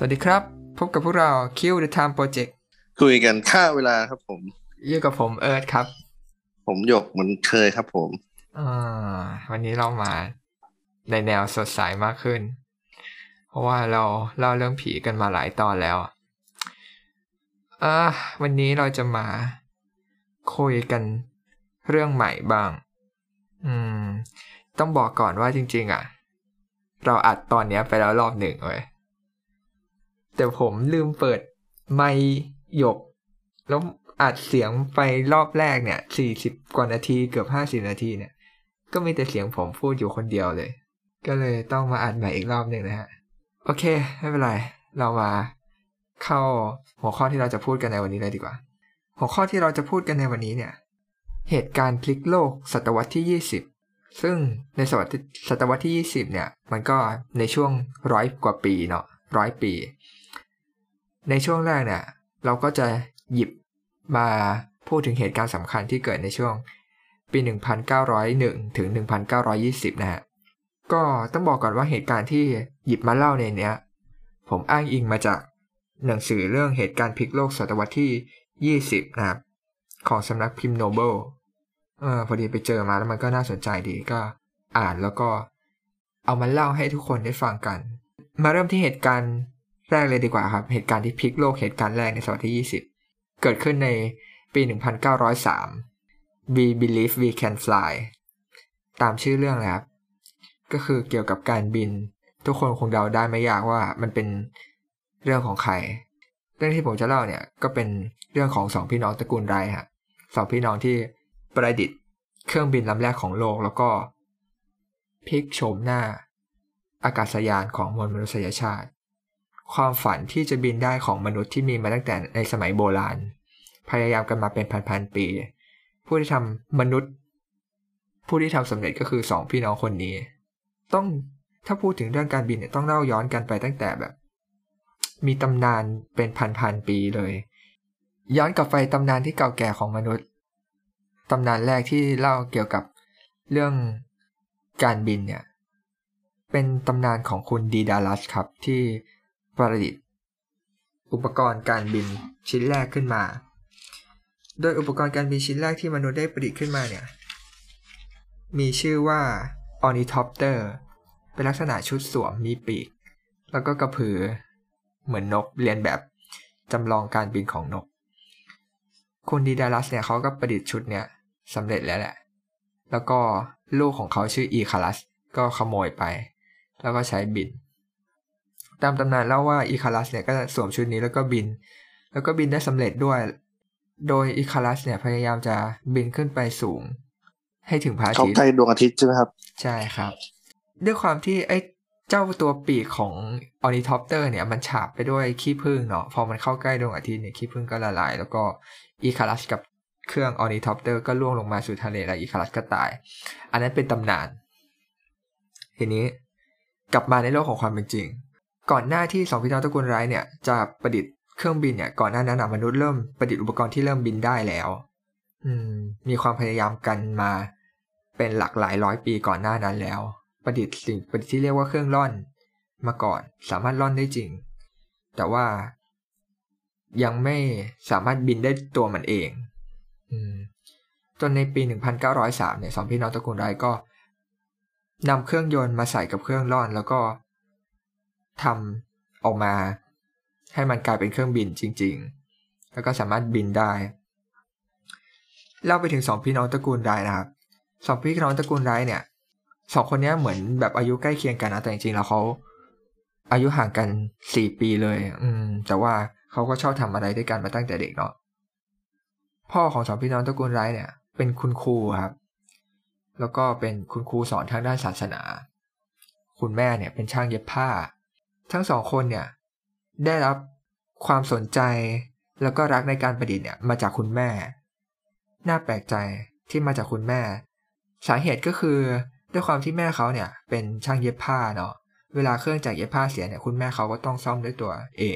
วัสดีครับพบกับพวกเรา Kill the Time Project คุยกันฆ่าเวลาครับผมอยู่กับผมเอิร์ธครับผมหยกเหมือนเคยครับผมอ่วันนี้เรามาในแนวสดใสมากขึ้นเพราะว่าเราเล่าเรื่องผีกันมาหลายตอนแล้ววันนี้เราจะมาคุยกันเรื่องใหม่บ้างต้องบอกก่อนว่าจริงๆเราอัดตอนนี้ไปแล้วรอบหนึ่งเว้ยแต่ผมลืมเปิดไมค์หยกแล้วอัดเสียงไปรอบแรกเนี่ย40 กว่านาทีเกือบ50 นาทีเนี่ยก็มีแต่เสียงผมพูดอยู่คนเดียวเลยก็เลยต้องมาอัดใหม่อีกรอบหนึ่งนะฮะโอเคไม่เป็นไรเรามาเข้าหัวข้อที่เราจะพูดกันในวันนี้เลยดีกว่าหัวข้อที่เราจะพูดกันในวันนี้เนี่ยเหตุการณ์พลิกโลกศตวรรษที่20ซึ่งในศตวรรษที่20เนี่ยมันก็ในช่วง100 กว่าปีเนาะ100 ปีในช่วงแรกเนี่ยเราก็จะหยิบมาพูดถึงเหตุการณ์สำคัญที่เกิดในช่วงปี1901ถึง1920นะฮะก็ต้องบอกก่อนว่าเหตุการณ์ที่หยิบมาเล่าในเนี้ยผมอ้างอิงมาจากหนังสือเรื่องเหตุการณ์พลิกโลกศตวรรษที่20นะครับของสำนักพิมพ์โนเบิลพอดีไปเจอมาแล้วมันก็น่าสนใจดีก็อ่านแล้วก็เอามาเล่าให้ทุกคนได้ฟังกันมาเริ่มที่เหตุการณ์แรกเลยดีกว่าครับเหตุการณ์ที่พลิกโลกเหตุการณ์แรกในศตวรรษที่20เกิดขึ้นในปี1903 We Believe We Can Fly ตามชื่อเรื่องเลยครับก็คือเกี่ยวกับการบินทุกคนคงเดาได้ไม่ยากว่ามันเป็นเรื่องของใครเรื่องที่ผมจะเล่าเนี่ยก็เป็นเรื่องของ2 พี่น้องตระกูลไรท์ฮะ2 พี่น้องที่ประดิษฐ์เครื่องบินลำแรกของโลกแล้วก็พลิกโฉมหน้าอากาศยานของมวลมนุษยชาติความฝันที่จะบินได้ของมนุษย์ที่มีมาตั้งแต่ในสมัยโบราณพยายามกันมาเป็นพันๆปีผู้ที่ทำสำเร็จก็คือ2 พี่น้องคนนี้ต้องถ้าพูดถึงเรื่องการบินเนี่ยต้องเล่าย้อนกันไปตั้งแต่แบบมีตำนานเป็นพันๆปีเลยย้อนกลับไปตำนานที่เก่าแก่ของมนุษย์ตำนานแรกที่เล่าเกี่ยวกับเรื่องการบินเนี่ยเป็นตำนานของคุณดีดารัสครับที่ประดิษฐ์อุปกรณ์การบินชิ้นแรกขึ้นมาโดยอุปกรณ์การบินชิ้นแรกที่มนุษย์ได้ประดิษฐ์ขึ้นมาเนี่ยมีชื่อว่า Ornithopter เป็นลักษณะชุดสวมมีปีกแล้วก็กระพือเหมือนนกเรียนแบบจำลองการบินของนกคุณดีดารัสเนี่ยเขาก็ประดิษฐ์ชุดเนี่ยสำเร็จแล้วแหละแล้วก็ลูกของเขาชื่ออีคารัสก็ขโมยไปแล้วก็ใช้บินตามตำนานเล่าว่าอีคารัสเนี่ยก็สวมชุดนี้แล้วก็บินได้สำเร็จด้วยโดยอีคารัสเนี่ยพยายามจะบินขึ้นไปสูงให้ถึงพระอาทิตย์เขาใกล้ดวงอาทิตย์ใช่ไหมครับใช่ครับด้วยความที่ไอ้เจ้าตัวปีกของออร์นิทอปเตอร์เนี่ยมันฉาบไปด้วยขี้ผึ้งเนาะพอมันเข้าใกล้ดวงอาทิตย์เนี่ยขี้ผึ้งก็ละลายแล้วก็อีคารัสกับเครื่องออร์นิทอปเตอร์ก็ล่วงลงมาสู่ทะเลและอีคารัสก็ตายอันนั้นเป็นตำนานทีนี้กลับมาในโลกของความเป็นจริงก่อนหน้าที่2 พี่น้องตระกูลไรท์เนี่ยจะประดิษฐ์เครื่องบินเนี่ยก่อนหน้านั้นมนุษย์เริ่มประดิษฐ์อุปกรณ์ที่เริ่มบินได้แล้วมีความพยายามกันมาเป็นหลากหลาย100 ปีก่อนหน้านั้นแล้วประดิษฐ์ที่เรียกว่าเครื่องร่อนมาก่อนสามารถร่อนได้จริงแต่ว่ายังไม่สามารถบินได้ตัวมันเองจนในปี1903เนี่ย2 พี่น้องตระกูลไรท์ก็นำเครื่องยนต์มาใส่กับเครื่องร่อนแล้วก็ทำออกมาให้มันกลายเป็นเครื่องบินจริงๆแล้วก็สามารถบินได้เล่าไปถึง2 พี่น้องตระกูลไรท์นะครับ2 พี่น้องตระกูลไรท์เนี่ย2 คนนี้เหมือนแบบอายุใกล้เคียงกันนะแต่จริงๆแล้วเขาอายุห่างกัน4 ปีเลยแต่ว่าเขาก็ชอบทำอะไรด้วยกันมาตั้งแต่เด็กเนาะพ่อของ2 พี่น้องตระกูลไรท์เนี่ยเป็นคุณครูครับแล้วก็เป็นคุณครูสอนทางด้านศาสนาคุณแม่เนี่ยเป็นช่างเย็บผ้าทั้ง2 คนเนี่ยได้รับความสนใจแล้วก็รักในการประดิษฐ์เนี่ยมาจากคุณแม่น่าแปลกใจที่มาจากคุณแม่สาเหตุก็คือด้วยความที่แม่เขาเนี่ยเป็นช่างเย็บผ้าเนาะเวลาเครื่องจักรเย็บผ้าเสียเนี่ยคุณแม่เขาก็ต้องซ่อมด้วยตัวเอง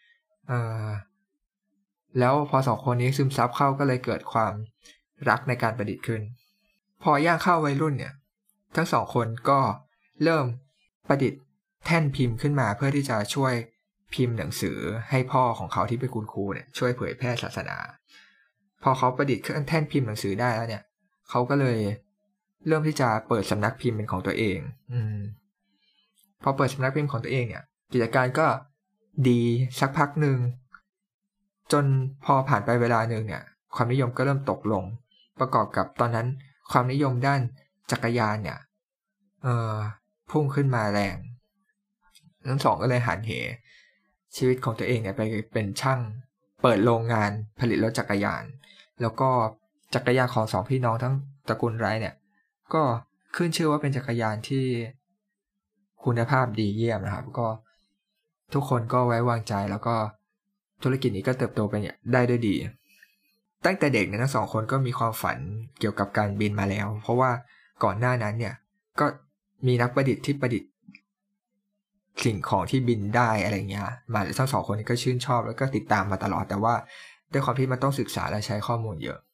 แล้วพอ2 คนนี้ซึมซับเข้าก็เลยเกิดความรักในการประดิษฐ์ขึ้นพอย่างเข้าวัยรุ่นเนี่ยทั้ง2 คนก็เริ่มประดิษฐ์แท่นพิมพ์ขึ้นมาเพื่อที่จะช่วยพิมพ์หนังสือให้พ่อของเขาที่เป็นคุณครูเนี่ยช่วยเผยแพร่ศาสนาพอเขาประดิษฐ์เครื่องแท่นพิมพ์หนังสือได้แล้วเนี่ยเขาก็เลยเริ่มที่จะเปิดสำนักพิมพ์เป็นของตัวเองพอเปิดสำนักพิมพ์ของตัวเองเนี่ยกิจการก็ดีสักพักหนึ่งจนพอผ่านไปเวลาหนึ่งเนี่ยความนิยมก็เริ่มตกลงประกอบกับตอนนั้นความนิยมด้านจักรยานเนี่ยพุ่งขึ้นมาแรงทั้งสองก็เลยหันเหชีวิตของตัวเองเนี่ยไปเป็นช่างเปิดโรงงานผลิตรถจักรยานแล้วก็จักรยานของสองพี่น้องทั้งตระกูลไรท์เนี่ยก็ขึ้นชื่อว่าเป็นจักรยานที่คุณภาพดีเยี่ยมนะครับก็ทุกคนก็ไว้วางใจแล้วก็ธุรกิจนี้ก็เติบโตไปได้ด้วยดีตั้งแต่เด็กเนี่ยทั้งสองคนก็มีความฝันเกี่ยวกับการบินมาแล้วเพราะว่าก่อนหน้านั้นเนี่ยก็มีนักประดิษฐ์ที่ประดิษฐ์สิ่งของที่บินได้อะไรเงี้ยมาทั้งสองคนนี้ก็ชื่นชอบแล้วก็ติดตามมาตลอดแต่ว่าด้วยความที่มันต้องศึกษาและใช้ข้อมูลเยอะ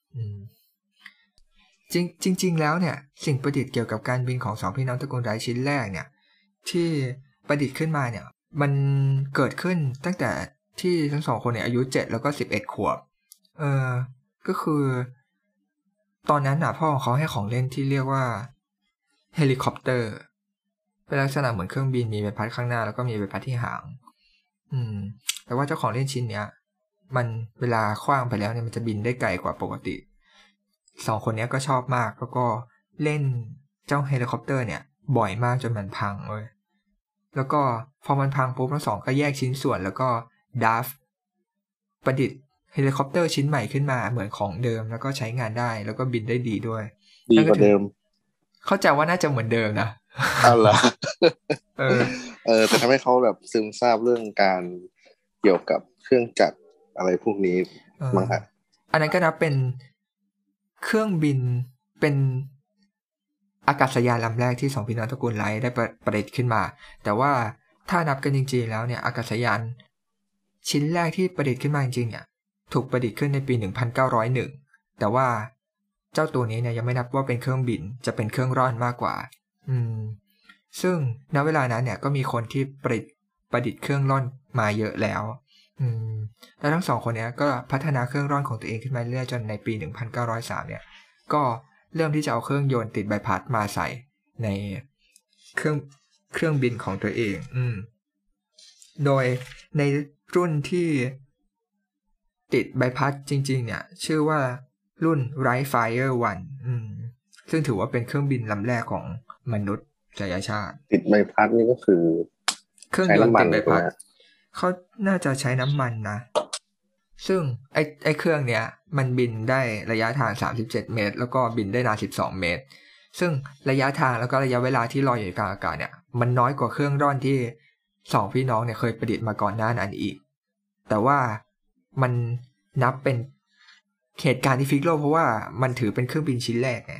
จริงแล้วเนี่ยสิ่งประดิษฐ์เกี่ยวกับการบินของสองพี่น้องตระกูลไรท์ชิ้นแรกเนี่ยที่ประดิษฐ์ขึ้นมาเนี่ยมันเกิดขึ้นตั้งแต่ที่ทั้งสองคนเนี่ยอายุ7แล้วก็11ขวบก็คือตอนนั้นน่ะพ่อของเขาให้ของเล่นที่เรียกว่าเฮลิคอปเตอร์เป็นลักษณะเหมือนเครื่องบินมีใบพัดข้างหน้าแล้วก็มีใบพัดที่หางแต่ว่าเจ้าของเล่นชิ้นเนี้ยมันเวลาขว้างไปแล้วเนี่ยมันจะบินได้ไกลกว่าปกติสองคนนี้ก็ชอบมากแล้วก็เล่นเจ้าเฮลิคอปเตอร์เนี่ยบ่อยมากจนมันพังเลยแล้วก็พอมันพังปุ๊บทั้งสองก็แยกชิ้นส่วนแล้วก็ดัฟประดิษฐ์เฮลิคอปเตอร์ชิ้นใหม่ขึ้นมาเหมือนของเดิมแล้วก็ใช้งานได้แล้วก็บินได้ดีด้วยดีกว่าเดิมเข้าใจว่าน่าจะเหมือนเดิมนะเอาล่ะแต่ทำให้เขาแบบซึมซาบเรื่องการเกี่ยวกับเครื่องจักรอะไรพวกนี้มั้งฮะอันนั้นก็นับเป็นเครื่องบินเป็นอากาศยานลำแรกที่สองพี่น้องตระกูลไรท์ได้ประดิษฐ์ขึ้นมาแต่ว่าถ้านับกันจริงๆแล้วเนี่ยอากาศยานชิ้นแรกที่ประดิษฐ์ขึ้นมาจริงๆเนี่ยถูกประดิษฐ์ขึ้นในปี1901แต่ว่าเจ้าตัวนี้เนี่ยยังไม่นับว่าเป็นเครื่องบินจะเป็นเครื่องร่อนมากกว่าซึ่งณเวลานั้นเนี่ยก็มีคนที่ประดิษฐ์เครื่องร่อนมาเยอะแล้วแล้วทั้งสองคนนี้ก็พัฒนาเครื่องร่อนของตัวเองขึ้นมาเรื่อยจนในปี1903เนี่ยก็เริ่มที่จะเอาเครื่องยนต์ติดใบพัดมาใส่ในเครื่องบินของตัวเองโดยในรุ่นที่ติดใบพัดจริงๆเนี่ยชื่อว่ารุ่น Wright Flyer 1ซึ่งถือว่าเป็นเครื่องบินลำแรกของมนุษยชาติติดใบพัดนี่ก็คือเครื่องยนต์ติดใบพัดเขาน่าจะใช้น้ำมันนะซึ่งไอเครื่องเนี้ยมันบินได้ระยะทาง37เมตรแล้วก็บินได้นาน12เมตรซึ่งระยะทางแล้วก็ระยะเวลาที่ลอยอยู่กลางอากาศเนี่ยมันน้อยกว่าเครื่องร่อนที่สองพี่น้องเนี่ยเคยประดิษฐ์มาก่อนหน้านั้นอีกแต่ว่ามันนับเป็นเหตุการณ์ที่พลิกโลกเพราะว่ามันถือเป็นเครื่องบินชิ้นแรกไง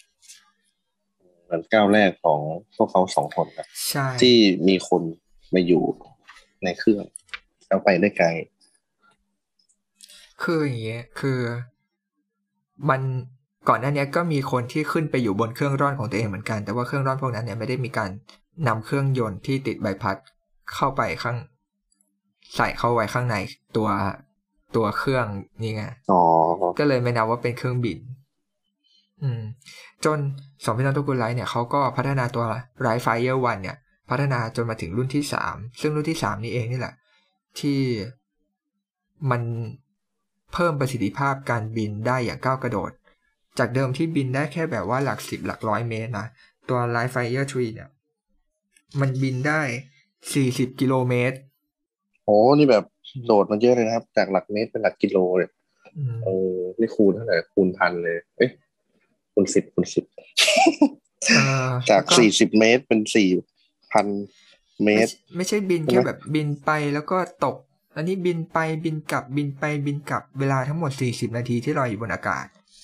มันก้าวแรกของพวกเขาสองคนนะที่มีคนมาอยู่ในเครื่องแล้วไปได้ไกลคืออย่างเงี้ยคือมันก่อนหน้านี้ก็มีคนที่ขึ้นไปอยู่บนเครื่องร่อนของตัวเองเหมือนกันแต่ว่าเครื่องร่อนพวกนั้นเนี่ยไม่ได้มีการนำเครื่องยนต์ที่ติดใบพัดเข้าไปใส่เข้าไว้ข้างในตัวเครื่องนี่ไงก็เลยไม่นับว่าเป็นเครื่องบินจนสองพี่น้องตระกูลไรท์เนี่ยเขาก็พัฒนาตัว Wright Flyer 1เนี่ยพัฒนาจนมาถึงรุ่นที่3ซึ่งรุ่นที่3นี้เองนี่แหละที่มันเพิ่มประสิทธิภาพการบินได้อย่างก้าวกระโดดจากเดิมที่บินได้แค่แบบว่าหลัก10หลัก100เมตรนะตัว Wright Flyer 3เนี่ยมันบินได้40กิโลเมตรโอ้นี่แบบโดดมาเยอะเลยนะครับจากหลักเมตรเป็นหลักกิโลเลยนี่คูณเท่าไหร่คูณพันเลยคูณ10จาก40เมตรเป็น4,000เมตรไม่ใช่บินแค่แบบบินไปแล้วก็ตกอันนี้บินไปบินกลับบินไปบินกลับเวลาทั้งหมด40นาทีที่ลอยอยู่บนอากาศ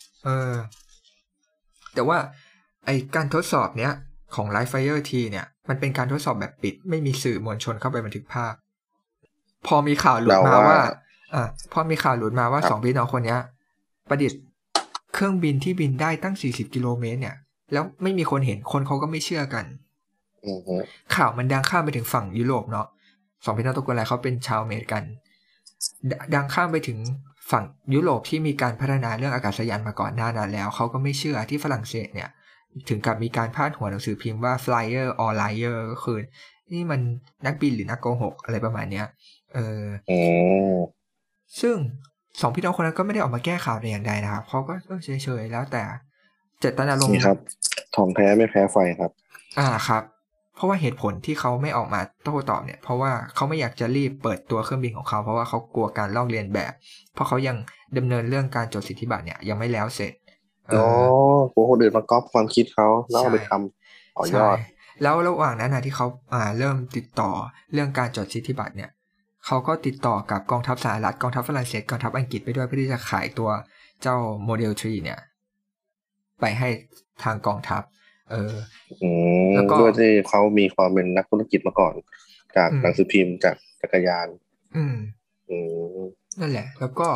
แต่ว่าไอการทดสอบเนี้ยของ Wright Flyer T เนี่ยมันเป็นการทดสอบแบบปิดไม่มีสื่อมวลชนเข้าไปบันทึกภาพพอมีข่าวหลุดมาว่าสองพี่น้องคนนี้ประดิษฐ์เครื่องบินที่บินได้ตั้ง40กิโลเมตรเนี่ยแล้วไม่มีคนเห็นคนเขาก็ไม่เชื่อกันข่าวมันดังข้ามไปถึงฝั่งยุโรปเนาะสองพี่น้องตระกูลไรเขาเป็นชาวอเมริกันดังข้ามไปถึงฝั่งยุโรปที่มีการพัฒนาเรื่องอากาศยานมาก่อนหน้านั้นแล้วเขาก็ไม่เชื่อที่ฝรั่งเศสเนี่ยถึงกับมีการพาดหัวหนังสือพิมพ์ว่า flyer or liar ก็คือนี่มันนักบินหรือนักโกหกอะไรประมาณเนี้ยซึ่งสองพี่น้องคนนั้นก็ไม่ได้ออกมาแก้ข่าวแต่อย่างใดนะครับเขาก็เฉยๆแล้วแต่เจตนารมณ์ครับทองแท้ไม่แพ้ไฟครับครับเพราะว่าเหตุผลที่เขาไม่ออกมาโต้ตอบเนี่ยเพราะว่าเขาไม่อยากจะรีบเปิดตัวเครื่องบินของเขาเพราะว่าเขากลัวการลอกเลียนแบบเพราะเขายังดำเนินเรื่องการจดสิทธิบัตรเนี่ยยังไม่แล้วเสร็จกลัวคนอื่นมาก๊อปความคิดเขาแล้วเอาไปทำต่อยอดแล้วระหว่างนั้นที่เขาเริ่มติดต่อเรื่องการจดสิทธิบัตรเนี่ยเขาก็ติดต่อกับกองทัพสหรัฐกองทัพฝรั่งเศสกองทัพอังกฤษไปด้วยเพื่อที่จะขายตัวเจ้าโมเดล 3เนี่ยไปให้ทางกองทัพแล้วก็ด้วยที่เขามีความเป็นนักธุรกิจมาก่อนจากหนังสือพิมพ์จากจักรยานนั่นแหละแล้วก็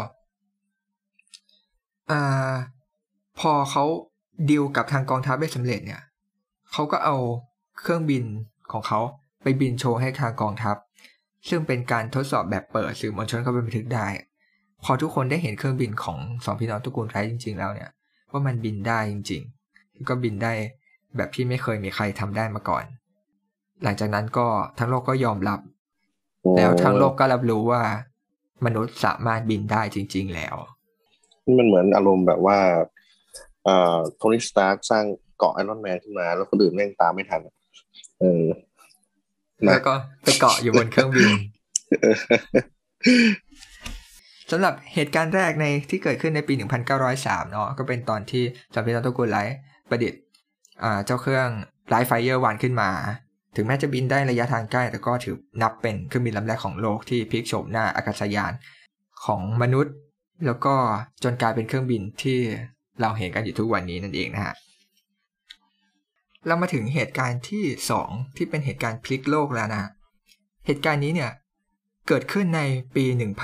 พอเขาดีลกับทางกองทัพได้สำเร็จเนี่ยเขาก็เอาเครื่องบินของเขาไปบินโชว์ให้ทางกองทัพซึ่งเป็นการทดสอบแบบเปิดสื่อมวลชนเข้าไปบันทึกได้พอทุกคนได้เห็นเครื่องบินของสองพี่น้องตระกูลไรท์จริงๆแล้วเนี่ยว่ามันบินได้จริงๆก็บินได้แบบที่ไม่เคยมีใครทำได้มาก่อนหลังจากนั้นก็ทั้งโลกก็ยอมรับแล้วทั้งโลกก็รับรู้ว่ามนุษย์สามารถบินได้จริงๆแล้วนี่มันเหมือนอารมณ์แบบว่าโทนี่สตาร์คสร้างเกาะไอรอนแมนขึ้นมาแล้วคนอื่นแม่งตามไม่ทันแล้วก็ไปเกาะอยู่บนเครื่องบินสำหรับเหตุการณ์แรกในที่เกิดขึ้นในปี 1903 เนาะก็เป็นตอนที่สองพี่น้องตระกูลไรท์ประดิษฐ์เจ้าเครื่องไรท์ไฟเออร์1ขึ้นมาถึงแม้จะบินได้ระยะทางใกล้แต่ก็ถือนับเป็นเครื่องบินลำแรกของโลกที่พลิกโฉมหน้าอากาศยานของมนุษย์แล้วก็จนกลายเป็นเครื่องบินที่เราเห็นกันอยู่ทุกวันนี้นั่นเองนะฮะเรามาถึงเหตุการณ์ที่2ที่เป็นเหตุการณ์พลิกโลกแล้วนะเหตุการณ์นี้เนี่ยเกิดขึ้นในปี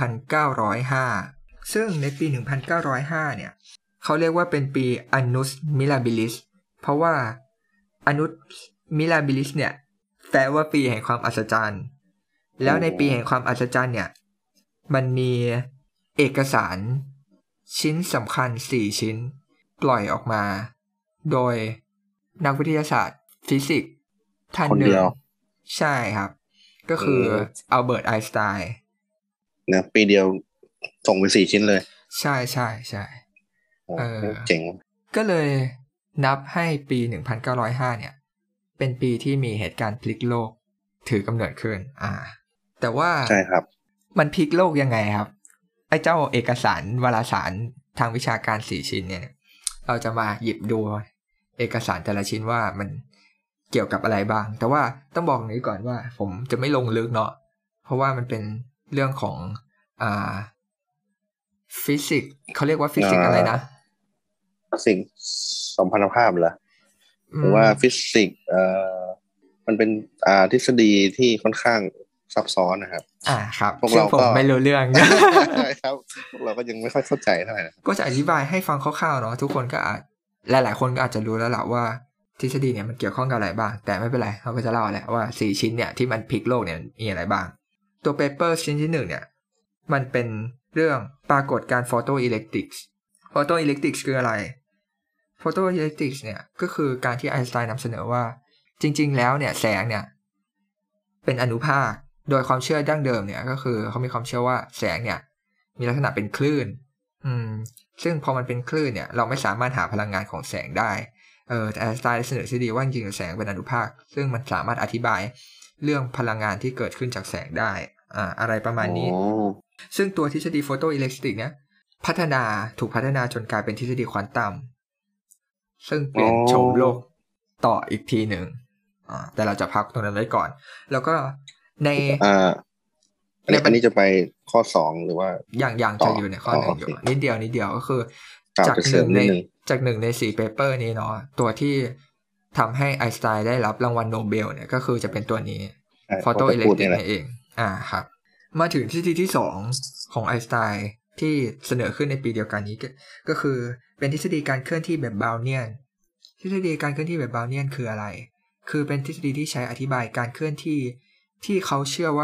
1905 ซึ่งในปี 1905 เนี่ยเขาเรียกว่าเป็นปี Annus Mirabilis เพราะว่า Annus Mirabilis เนี่ยแปลว่าปีแห่งความอัศจรรย์แล้วในปีแห่งความอัศจรรย์เนี่ยมันมีเอกสารชิ้นสำคัญ4ชิ้นปล่อยออกมาโดยนักวิทยาศาสตร์ฟิสิกส์ท่านหนึ่งใช่ครับก็คืออัลเบิร์ตไอน์สไตน์นะปีเดียวส่งไป4ชิ้นเลยใช่ใช่ใช่เจ๋งก็เลยนับให้ปี 1905 เนี่ยเป็นปีที่มีเหตุการณ์พลิกโลกถือกำเนิดขึ้นแต่ว่าใช่ครับมันพลิกโลกยังไงครับไอ้เจ้าเอกสารวารสารทางวิชาการ4ชิ้นเนี่ยเราจะมาหยิบดูเอกสารแต่ละชิ้นว่ามันเกี่ยวกับอะไรบ้างแต่ว่าต้องบอกอย่างนี้ก่อนว่าผมจะไม่ลงลึกเนาะเพราะว่ามันเป็นเรื่องของฟิสิกส์เขาเรียกว่าฟิสิกส์อะไรนะสิ่งสัมพันธภาพเหรอหรือว่าฟิสิกส์มันเป็นทฤษฎีที่ค่อนข้างซับซ้อนนะครับครับพวกเราก็ไม่รู้เรื่องใช่ครับพวกเราก็ยังไม่ค่อยเข้าใจเท่าไหร่ก็จะอธิบายให้ฟังคร่าวๆเนาะทุกคนก็อาจหลายๆคนก็อาจจะรู้แล้วแหละว่าทฤษฎีเนี่ยมันเกี่ยวข้องกับอะไรบ้างแต่ไม่เป็นไรเราก็จะเล่าแหละว่า4ชิ้นเนี่ยที่มันพลิกโลกเนี่ยมีอะไรบ้างตัวเปเปอร์ชิ้นที่1เนี่ยมันเป็นเรื่องปรากฏการณ์ photoelectrics photoelectrics คืออะไร photoelectrics เนี่ยก็คือการที่ไอน์สไตน์นำเสนอว่าจริงๆแล้วเนี่ยแสงเนี่ยเป็นอนุภาคโดยความเชื่อดั้งเดิมเนี่ยก็คือเขามีความเชื่อว่าแสงเนี่ยมีลักษณะเป็นคลื่นซึ่งพอมันเป็นคลื่นเนี่ยเราไม่สามารถหาพลังงานของแสงได้แต่ไอน์สไตน์เสนอทฤษฎีว่าจริงๆแสงเป็นอนุภาคซึ่งมันสามารถอธิบายเรื่องพลังงานที่เกิดขึ้นจากแสงได้อะไรประมาณนี้ซึ่งตัวทฤษฎีโฟโตอิเล็กทริกเนี่ยถูกพัฒนาจนกลายเป็นทฤษฎีควอนตัมซึ่งเปลี่ยนโฉมโลกต่ออีกทีหนึ่งแต่เราจะพักตรงนั้นไว้ก่อนแล้วก็ในอันนี้จะไปข้อ2หรือว่าอย่างจะอยู่ในข้อ1อยู่นิดเดียวก็คือจาก1ใน4เปเปอร์นี้เนาะตัวที่ทำให้ไอน์สไตน์ได้รับรางวัลโนเบลเนี่ยก็คือจะเป็นตัวนี้ฟอโตอิเล็กทริกนั่นเองครับมาถึงทฤษฎีที่2ของไอน์สไตน์ที่เสนอขึ้นในปีเดียวกันนี้ก็คือเป็นทฤษฎีการเคลื่อนที่แบบบาวเนียนทฤษฎีการเคลื่อนที่แบบบาวเนียนคืออะไรคือเป็นทฤษฎีที่ใช้อธิบายการเคลื่อนที่ที่เขาเชื่อว่าแบบ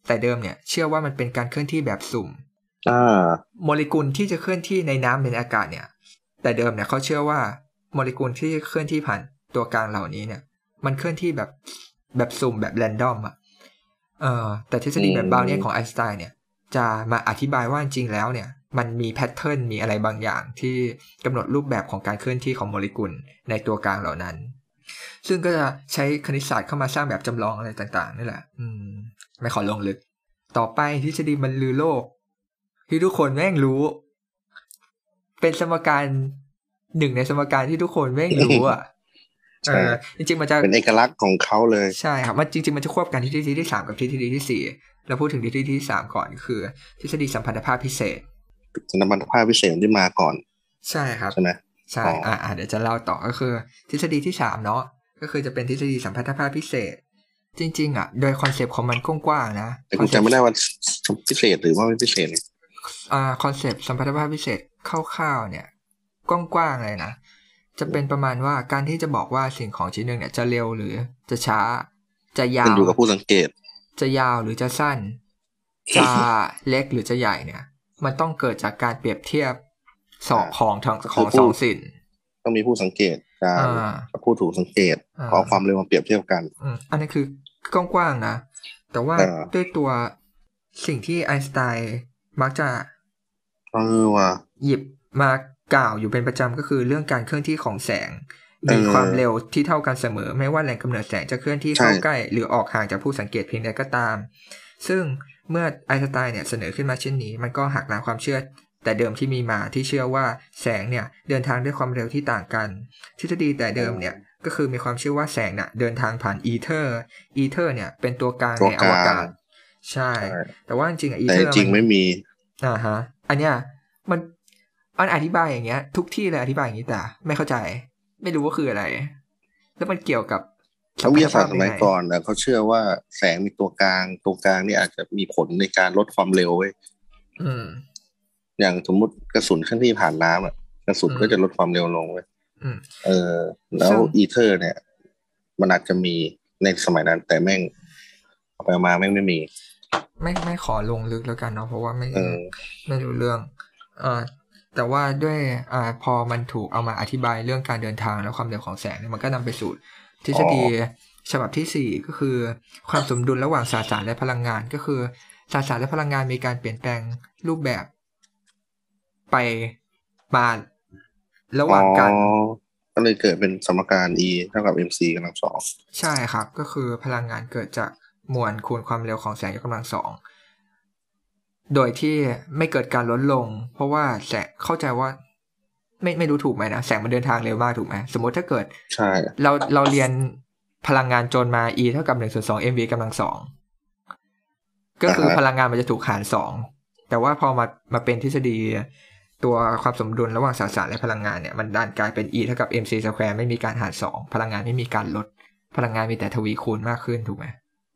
แต่เดิมเนี่ยเชื่อว่ามันเป็นการเคลื่อนที่แบบสุ่มโมเลกุลที่จะเคลื่อนที่ในน้ำในอากาศเนี่ยแต่เดิมเนี่ยเขาเชื่อว่าโมเลกุลที่เคลื่อนที่ผ่านตัวกลางเหล่านี้เนี่ยมันเคลื่อนที่แบบสุ่มแบบแรนดอมอ่ะแต่ทฤษฎีแบบบราวเนียนของไอน์สไตน์เนี่ยจะมาอธิบายว่าจริงแล้วเนี่ยมันมีแพทเทิร์นมีอะไรบางอย่างที่กำหนดรูปแบบของการเคลื่อนที่ของโมเลกุลในตัวกลางเหล่านั้นซึ่งก็จะใช้คณิตศาสตร์เข้ามาสร้างแบบจำลองอะไรต่างๆนี่แหละไม่ขอลงลึกต่อไปทฤษฎีบรรลือโลกที่ทุกคนแม่งรู้เป็นสมการหนึ่งในสมการที่ทุกคนแม่งรู้อ่ะจริงๆมันจะเป็นเอกลักษณ์ของเขาเลยใช่ครับมันจริงๆมันจะควบกันที่ทฤษฎีที่3กับทฤษฎีที่4แล้วพูดถึงทฤษฎีที่3ก่อนคือทฤษฎีสัมพันธภาพพิเศษสัมพันธภาพพิเศษที่มาก่อนใช่ครับใช่ไหมใช่เดี๋ยวจะเล่าต่อก็คือทฤษฎีที่3เนาะก็คือจะเป็นทฤษฎีสัมพันธภาพพิเศษจริงๆโดยคอนเซปต์ของมันกว้างๆนะแต่กูจำไม่ได้ว่าพิเศษหรือว่าไม่พิเศษคอนเซปต์สัมพันธภาพพิเศษคร่าวๆเนี่ยกว้างๆเลยนะจะเป็นประมาณว่าการที่จะบอกว่าสิ่งของชิ้นหนึ่งเนี่ยจะเร็วหรือจะช้าจะยาวอยู่กับผู้สังเกตจะยาวหรือจะสั้นจะเล็กหรือจะใหญ่เนี่ยมันต้องเกิดจากการเปรียบเทียบของสองสิ่งต้องมีผู้สังเกตกับผู้ถูกสังเกตขอความเร็วมาเปรียบเทียบกันอันนี้คือกว้างๆนะแต่ว่าด้วยตัวสิ่งที่ไอน์สไตน์มักจะหยิบมากล่าวอยู่เป็นประจำก็คือเรื่องการเคลื่อนที่ของแสงมีความเร็วที่เท่ากันเสมอไม่ว่าแหล่งกำเนิดแสงจะเคลื่อนที่เข้าใกล้หรือออกห่างจากผู้สังเกตเพียงใดก็ตามซึ่งเมื่อไอน์สไตน์เนี่ยเสนอขึ้นมาเช่นนี้มันก็หักล้างความเชื่อแต่เดิมที่มีมาที่เชื่อว่าแสงเนี่ยเดินทางด้วยความเร็วที่ต่างกันทฤษฎีแต่เดิมเนี่ยก็คือมีความเชื่อว่าแสงน่ะเดินทางผ่านอีเทอร์เนี่ยเป็นตัวกลางในอวกาศใช่แต่ว่าจริงๆอีเทอร์จริงไม่มีฮะอันเนี้ยมันอธิบายอย่างเงี้ยทุกที่เลยอธิบายอย่างนี้แต่ไม่เข้าใจไม่รู้ว่าคืออะไรแล้วมันเกี่ยวกับวิทยาศาสตร์สมัยก่อนเขาเชื่อว่าแสงมีตัวกลางนี่อาจจะมีผลในการลดความเร็วเว้ยอย่างสมมุติกระสุนเคลื่อนที่ผ่านน้ำกระสุนก็จะลดความเร็วลงเว้ยแล้วอีเทอร์เนี่ยมันอาจจะมีในสมัยนั้นแต่แม่งไปมาแม่งไม่มีไม่ขอลงลึกแล้วกันเนาะเพราะว่าไม่รู้เรื่องแต่ว่าด้วยพอมันถูกเอามาอธิบายเรื่องการเดินทางและความเร็วของแสงมันก็นำไปสู่ทฤษฎีฉบับที่4ก็คือความสมดุลระหว่างสสารและพลังงานก็คือสสารและพลังงานมีการเปลี่ยนแปลงรูปแบบไปมาระหว่างกันก็เลยเกิดเป็นสมการ E เท่ากับ mc กำลังสองใช่ครับก็คือพลังงานเกิดจากมวลคูณความเร็วของแสงยกกำลัง2โดยที่ไม่เกิดการลดลงเพราะว่าแสงเข้าใจว่าไม่รู้ถูกไหมนะแสงมันเดินทางเร็วมากถูกไหมสมมติถ้าเกิดใช่เราเรียนพลังงานจนมา E เท่ากับ1/2 mv กำลัง2ก็คือพลังงานมันจะถูกหาร2แต่ว่าพอมาเป็นทฤษฎีตัวความสมดุลระหว่างสสารและพลังงานเนี่ยมันดันกลายเป็น E เท่ากับ mc square ไม่มีการหาร2พลังงานไม่มีการลดพลังงานมีแต่ทวีคูณมากขึ้นถูกไหม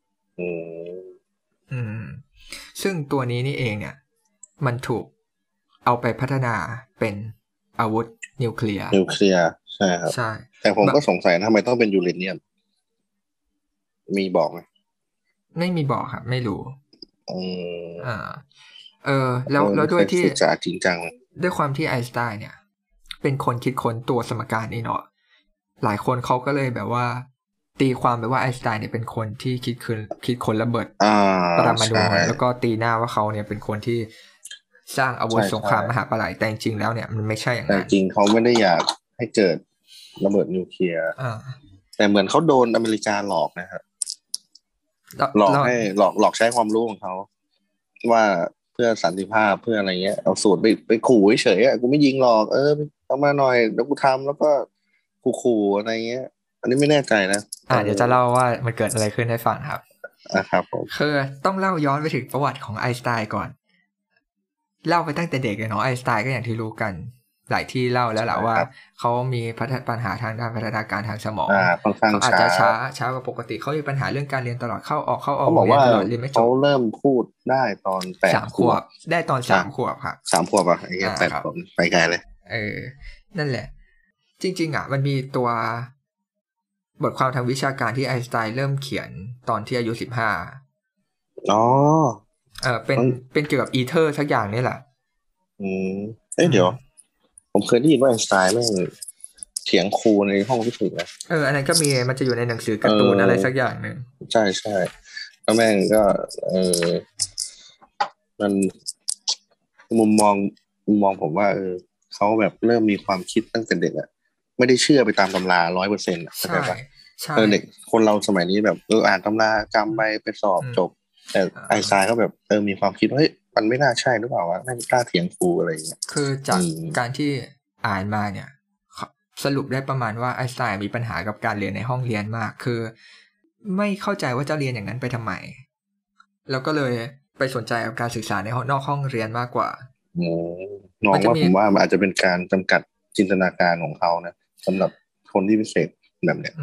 ซึ่งตัวนี้นี่เองเนี่ยมันถูกเอาไปพัฒนาเป็นอาวุธนิวเคลียร์ใช่ครับใช่แต่ผมก็สงสัยนะทำไมต้องเป็นยูเรเนียมมีบอกไหมไม่มีบอกครับไม่รู้แล้วด้วยที่จะจริงจังด้วยความที่ไอน์สไตน์เนี่ยเป็นคนคิดค้นตัวสมการนี้เนาะหลายคนเขาก็เลยแบบว่าตีความไปว่าไอน์สไตน์เนี่ยเป็นคนที่คิดค้นระเบิดปรมาณูแล้วก็ตีหน้าว่าเขาเนี่ยเป็นคนที่สร้างอาวุธสงครามมหาปลายแต่จริงๆแล้วเนี่ยมันไม่ใช่อย่างนั้นแต่จริงเขาไม่ได้อยากให้เกิดระเบิดนิวเคลียร์แต่เหมือนเขาโดนอเมริกาหลอกนะครับหลอกใช้ความรู้ของเขาว่าเพื่อสันติภาพเพื่ออะไรเงี้ยเอาสูตรไปขู่เฉยๆกูไม่ยิงหรอกเอามาหน่อยเดี๋ยวกูทำแล้วก็ขู่อะไรเงี้ยอันนี้ไม่แน่ใจนะเดี๋ยวจะเล่าว่ามันเกิดอะไรขึ้นให้ฟังครับครับผมคือต้องเล่าย้อนไปถึงประวัติของไอน์สไตน์ก่อนเล่าไปตั้งแต่เด็กเลยเนาะไอน์สไตน์ก็อย่างที่รู้กันหลายที่เล่าแล้วแหละว่าเขามีปัญหาทางด้านพัฒนาการทางสมองเขาอาจจะช้ากว่าปกติเขามีปัญหาเรื่องการเรียนตลอดเข้าออกเขาบอกว่าเขาเริ่มพูดได้ตอน 3 ขวบได้ตอน3 ขวบครับ 3 ขวบไอ้8 ขวบไปไกลเลยนั่นแหละจริงๆมันมีตัวบทความทางวิชาการที่ไอน์สไตน์เริ่มเขียนตอนที่อายุ15 อ๋อเป็นเกี่ยวกับอีเทอร์สักอย่างนี่แหละเดี๋ยวผมเคยได้ยินว่าไอน์สไตน์แม่งเถียงครูในห้องฟิสิกส์นะอันนั้นก็มีมันจะอยู่ในหนังสือการ์ตูนอะไรสักอย่างหนึ่งใช่ใช่แล้วแม่งก็มันมุมมองผมว่าเขาแบบเริ่มมีความคิดตั้งแต่เด็กอะไม่ได้เชื่อไปตามตำรา100% ใช่ใช่เด็กคนเราสมัยนี้แบบอ่านตำราจำไปสอบจบแต่ไอน์สไตน์เขาแบบมีความคิดว่าเฮ้ยมันไม่น่าใช่หรือเปล่าวะไม่กล้าเถียงครูอะไรอย่างเงี้ยคือจากการที่อ่านมาเนี่ยสรุปได้ประมาณว่าไอน์สไตน์มีปัญหากับการเรียนในห้องเรียนมากคือไม่เข้าใจว่าจะเรียนอย่างนั้นไปทำไมแล้วก็เลยไปสนใจกับการศึกษาในนอกห้องเรียนมากกว่าน้องว่าผมว่ามันอาจจะเป็นการจำกัดจินตนาการของเขานะสำหรับคนที่พิเศษแบบเนี้ย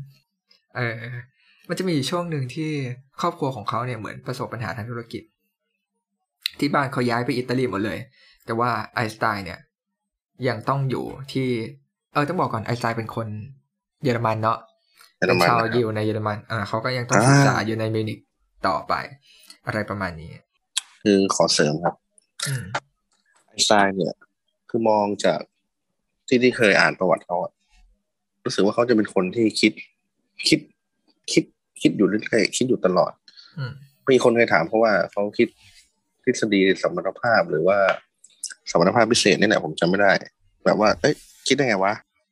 มันจะมีช่วงหนึ่งที่ครอบครัวของเขาเนี่ยเหมือนประสบปัญหาทางธุรกิจที่บ้านเขาย้ายไปอิตาลีหมดเลยแต่ว่าไอน์สไตน์เนี่ยยังต้องอยู่ที่ต้องบอกก่อนไอน์สไตน์เป็นคนเยอรมันเนาะเป็นชาวยิวในเยอรมันเขาก็ยังต้องศึกษาอยู่ในมิวนิกต่อไปอะไรประมาณนี้คือขอเสริมครับไอน์สไตน์เนี่ยคือมองจากที่เคยอ่านประวัติเขารู้สึกว่าเขาจะเป็นคนที่คิดอยู่เรื่อยๆคิดอยู่ตลอดมีคนเคยถามเพราะว่าเขาคิดทฤษฎีสมรรถภาพหรือว่าสมรรถภาพพิเศษนี่แหละผมจำไม่ได้แบบว่าคิดได้ไงวะ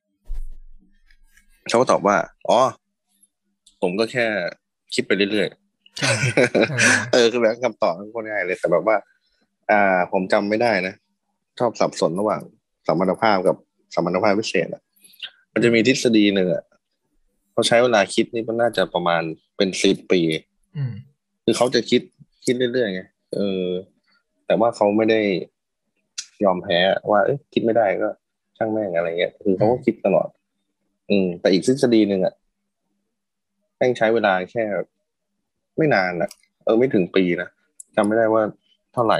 เขาก็ตอบว่าอ๋อผมก็แค่คิดไปเรื่อยๆคือแบบคำตอบก็ง่ายเลยแต่แบบว่าผมจำไม่ได้นะชอบสับสนระหว่างสมรรถภาพกับสมรรถภาพพิเศษมันจะมีทฤษฎีหนึ่งเขาใช้เวลาคิดนี่มันน่าจะประมาณเป็น10 ปีคือเขาจะคิดเรื่อยๆไงแต่ว่าเขาไม่ได้ยอมแพ้ว่าคิดไม่ได้ก็ช่างแม่งอะไรเงี้ยคือเขาก็คิดตลอดแต่อีกทฤษฎีหนึ่งแม่งใช้เวลาแค่ไม่นานไม่ถึงปีนะจำไม่ได้ว่าเท่าไหร่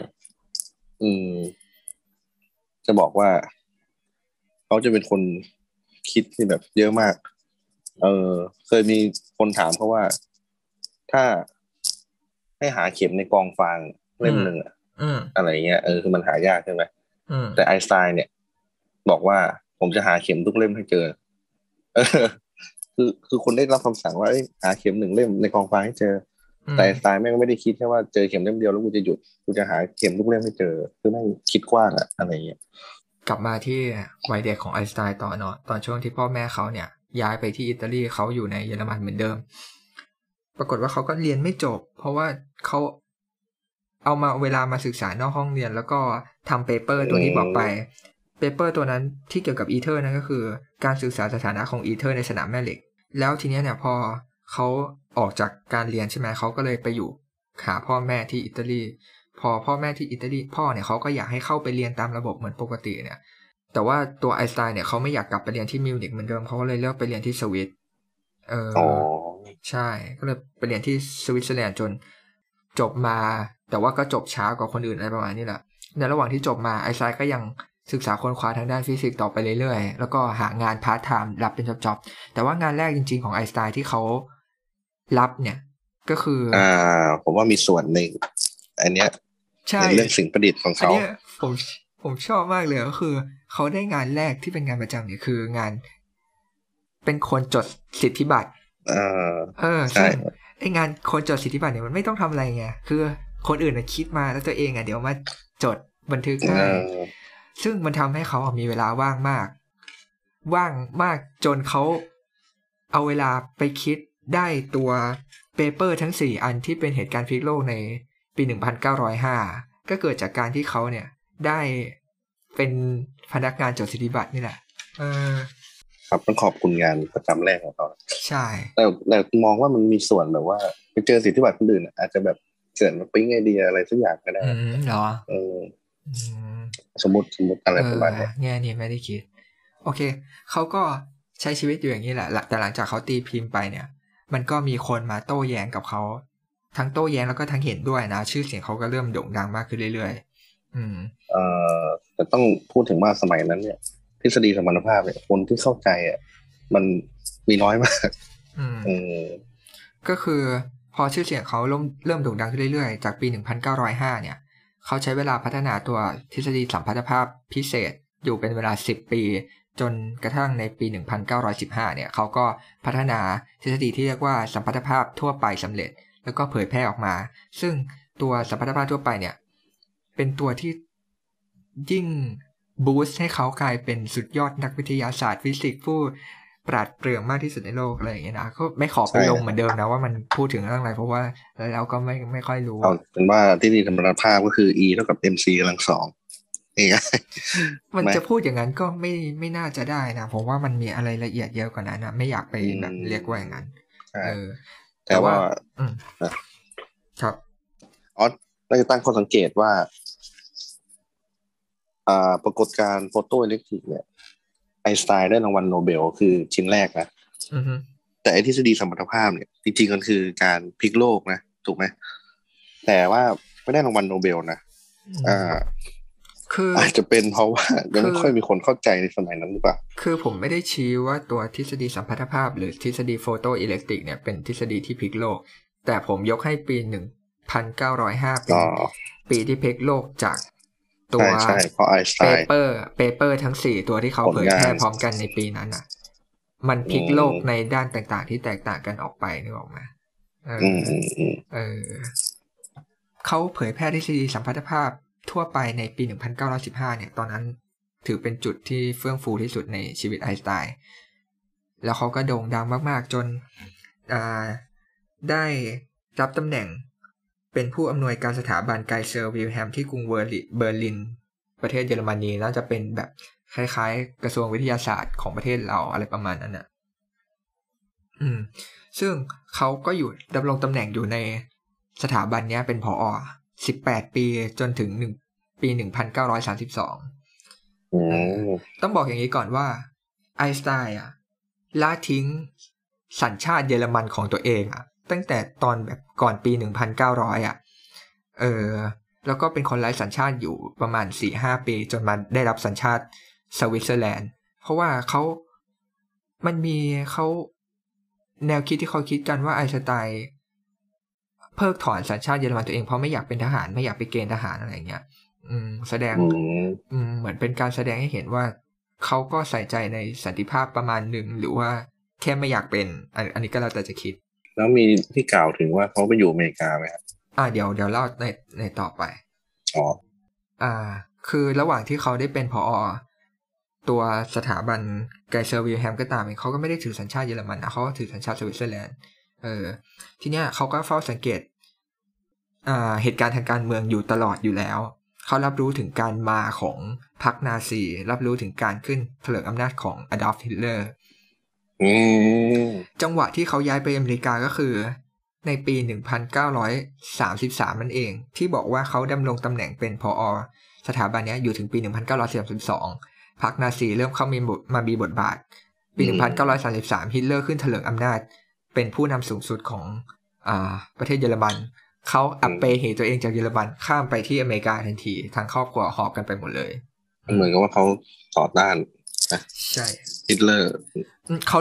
จะบอกว่าเขาจะเป็นคนคิดที่แบบเยอะมากเคยมีคนถามเขาว่าถ้าให้หาเข็มในกองฟางเล่มหนึ่งอะไรเงี้ยคือมันหายากใช่ไหมแต่ไอน์สไตน์เนี่ยบอกว่าผมจะหาเข็มทุกเล่มให้เจอคือคนได้รับคำสั่งว่าหาเข็ม1 เล่มในกองฟางให้เจอแต่ไอน์สไตน์แม่งไม่ได้คิดแค่ว่าเจอเข็มเล่มเดียวแล้วกูจะหยุดกูจะหาเข็มทุกเล่มให้เจอคือแม่งคิดกว้างอะไรเงี้ยกลับมาที่วัยเด็กของไอน์สไตน์ต่อเนาะตอนช่วงที่พ่อแม่เขาเนี่ยย้ายไปที่อิตาลีเขาอยู่ในเยอรมันเหมือนเดิมปรากฏว่าเขาก็เรียนไม่จบเพราะว่าเขาเอามาเวลามาศึกษานอกห้องเรียนแล้วก็ทำเปเปอร์ตัวที่บอกไปเปเปอร์ตัวนั้นที่เกี่ยวกับอีเทอร์นั่นก็คือการศึกษาสถานะของอีเทอร์ในสนามแม่เหล็กแล้วทีนี้เนี่ยพอเขาออกจากการเรียนใช่ไหมเขาก็เลยไปอยู่หาพ่อแม่ที่อิตาลีพอพ่อแม่ที่อิตาลีพ่อเนี่ยเขาก็อยากให้เข้าไปเรียนตามระบบเหมือนปกติเนี่ยแต่ว่าตัวไอน์สไตน์เนี่ยเขาไม่อยากกลับไปเรียนที่มิวนิกเหมือนเดิมเขาก็เลยเลือกไปเรียนที่สวิตใช่ก็เลยไปเรียนที่สวิตเซอร์แลนด์จนจบมาแต่ว่าก็จบช้ากว่าคนอื่นอะไรประมาณนี้แหละในระหว่างที่จบมาไอน์สไตน์ก็ยังศึกษาค้นคว้าทางด้านฟิสิกส์ต่อไปเรื่อยๆแล้วก็หางานพาร์ทไทม์รับเป็นจ็อบๆแต่ว่างานแรกจริงๆของไอน์สไตน์ที่เขารับเนี่ยก็คือผมว่ามีส่วนในอันเนี้ยในเรื่องสิ่งประดิษฐ์ของเขาอันนี้ผมชอบมากเลยก็คือเขาได้งานแรกที่เป็นงานประจำเนี่ยคืองานเป็นคนจดสิทธิบัตรใช่ไองานคนจดสิทธิบัตรเนี่ยมันไม่ต้องทำอะไรไงคือคนอื่นคิดมาแล้วตัวเองเดี๋ยวมาจดบันทึกให้ซึ่งมันทำให้เขามีเวลาว่างมากจนเขาเอาเวลาไปคิดได้ตัวเปเปอร์ทั้ง4อันที่เป็นเหตุการณ์พลิกโลกในปี1905ก็เกิดจากการที่เขาเนี่ยได้เป็นพนักงานจดสิทธิบัตรนี่แหละครับต้องขอบคุณงานประจำแรกของเขาใช่แต่มองว่ามันมีส่วนแบบว่าไปเจอสิทธิบัตรคนอื่นอาจจะแบบเกิดมาปิ๊งไอเดียอะไรสักอย่างก็ได้เหรอสมมติอะไรประมาณนี้เนี่ยนี่ไม่ได้คิดโอเคเขาก็ใช้ชีวิตอยู่อย่างนี้แหละแต่หลังจากเขาตีพิมพ์ไปเนี่ยมันก็มีคนมาโต้แย้งกับเขาทั้งโต้แย้งแล้วก็ทั้งเห็นด้วยนะชื่อเสียงเขาก็เริ่มโด่งดังมากขึ้นเรื่อยๆแต่ต้องพูดถึงว่าสมัยนั้นเนี่ยทฤษฎีสมรรถภาพเนี่ยคนที่เข้าใจมันมีน้อยมากก็คือพอชื่อเสียงเขาเริ่มโด่งดังขึ้นเรื่อยๆจากปี 1905 เนี่ยเขาใช้เวลาพัฒนาตัวทฤษฎีสัมพัทธภาพพิเศษอยู่เป็นเวลา10 ปีจนกระทั่งในปี 1915 เนี่ยเขาก็พัฒนาทฤษฎีที่เรียกว่าสัมพัทธภาพทั่วไปสำเร็จแล้วก็เผยแพร่ออกมาซึ่งตัวสัมพัทธภาพทั่วไปเนี่ยเป็นตัวที่ยิ่งบูสต์ให้เขากลายเป็นสุดยอดนักวิทยาศาสตร์ฟิสิกส์ผู้ปราดเปรื่องมากที่สุดในโลกอะไรอย่างเงี้ยนะก็ไม่ขอไปลงเหมือนเดิมนะว่ามันพูดถึงเรื่องอะไรเพราะว่าแล้วก็ไม่ค่อยรู้เอาเป็นว่าที่นี่ธรรมดาภาพก็คือ E เท่ากับ MC กำลัง 2นี่ไงมันจะพูดอย่างนั้นก็ไม่น่าจะได้นะผมว่ามันมีอะไรละเอียดเยอะกว่านั้นนะไม่อยากไปแบบเรียกว่าอย่างนั้นแต่ว่าครับเราจะตั้งข้อสังเกตว่าปรากฏการณ์โฟโตอิเล็กทริกเนี่ยไอน์สไตน์ได้รางวัลโนเบลคือชิ้นแรกนะแต่ไอทฤษฎีสัมพัทธภาพเนี่ยจริงๆมันคือการพลิกโลกนะถูกไหมแต่ว่าไม่ได้รางวัลโนเบลนะอาจจะเป็นเพราะว่ายังไม่ค่อยมีคนเข้าใจในสมัยนั้นหรือเปล่าคือผมไม่ได้ชี้ว่าตัวทฤษฎีสัมพัทธภาพหรือทฤษฎีโฟโตอิเล็กทริกเนี่ยเป็นทฤษฎีที่พลิกโลกแต่ผมยกให้ปี 1905 เป็นปีที่พลิกโลกจากตัวเปเปอร์ทั้ง4ตัวที่เขาเผยแพร่พร้อมกันในปีนั้นน่ะมันพลิกโลกในด้านต่างๆที่แตกต่างกันออกไปนึกออกไหมเขาเผยแพร่ทฤษฎีสัมพัทธภาพทั่วไปในปี 1915 เนี่ยตอนนั้นถือเป็นจุดที่เฟื่องฟูที่สุดในชีวิตไอน์สไตน์แล้วเขาก็โด่งดังมากๆจนได้รับตำแหน่งเป็นผู้อำนวยการสถาบันไกเซอร์วิลแฮมที่กรุงเบอร์ลินประเทศเยอรมนีน่าจะเป็นแบบคล้ายๆกระทรวงวิทยาศาสตร์ของประเทศเราอะไรประมาณนั้นน่ะซึ่งเขาก็อยู่ดำรงตำแหน่งอยู่ในสถาบันนี้เป็นผอ18 ปีจนถึงปี 1932ต้องบอกอย่างนี้ก่อนว่าไอน์สไตน์ละทิ้งสัญชาติเยอรมันของตัวเองตั้งแต่ตอนแบบก่อนปี 1900แล้วก็เป็นคนไร้สัญชาติอยู่ประมาณ 4-5 ปีจนมาได้รับสัญชาติสวิตเซอร์แลนด์เพราะว่ามันมีแนวคิดที่เขาคิดกันว่าไอน์สไตน์เพิกถอนสัญชาติเยอรมันตัวเองเพราะไม่อยากเป็นทหารไม่อยากไปเกณฑ์ทหารอะไรเงี้ยแสดงเหมือนเป็นการแสดงให้เห็นว่าเขาก็ใส่ใจในสันติภาพประมาณหนึ่งหรือว่าแค่ไม่อยากเป็นอันนี้ก็แล้วแต่จะคิดแล้วมีที่กล่าวถึงว่าเขาไปอยู่อเมริกาไหมครับเดี๋ยวเล่าในต่อไปคือระหว่างที่เขาได้เป็นผอ.ตัวสถาบันไกเซอร์วิลแฮมก็ตามเขาก็ไม่ได้ถือสัญชาติเยอรมันเขาก็ถือสัญชาติสวิตเซอร์แลนด์ทีเนี้ยเขาก็เฝ้าสังเกตเหตุการณ์ทางการเมืองอยู่ตลอดอยู่แล้วเขารับรู้ถึงการมาของพรรคนาซีรับรู้ถึงการขึ้นเถลิงอำนาจของอดอล์ฟฮิตเลอร์จังหวะที่เขาย้ายไปอเมริกาก็คือในปี 1933 นั่นเองที่บอกว่าเขาดำรงตำแหน่งเป็นผอ.สถาบันนี้อยู่ถึงปี 1932 พรรคนาซีเริ่มเข้ามามีบทบาทปี 1933 ฮิตเลอร์ขึ้นเถลิงอำนาจเป็นผู้นำสูงสุดของประเทศเยอรมันเขาอัปเปเหตัวเองจากเยอรมันข้ามไปที่อเมริกาทันทีทางครอบครัวหอบกันไปหมดเลยเหมือนกับว่าเขาต่อต้านใช่ฮิตเลอร์เขา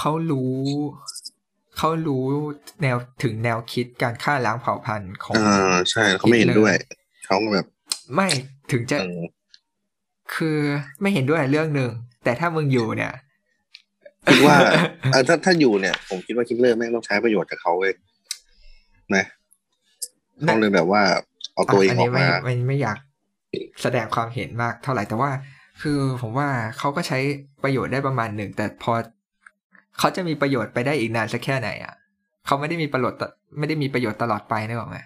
รู้แนวถึงแนวคิดการฆ่าล้างเผ่าพันธุ์ของใช่เขาไม่เห็นด้วยเขาแบบไม่ถึงจะคือไม่เห็นด้วยเรื่องนึงแต่ถ้ามึงอยู่เนี่ยคิดว่าถ้าอยู่เนี่ยผมคิดว่าฮิตเลอร์แม่งต้องใช้ประโยชน์จากเขาเว้ยนะต้องเลยแบบว่าเอาตัวเองออกมาไม่อยากแสดงความเห็นมากเท่าไหร่แต่ว่าคือผมว่าเขาก็ใช้ประโยชน์ได้ประมาณหนึ่งแต่พอเขาจะมีประโยชน์ไปได้อีกนานสักแค่ไหนเขาไม่ได้มีประโยชน์ตลอดไปนึกออกไหม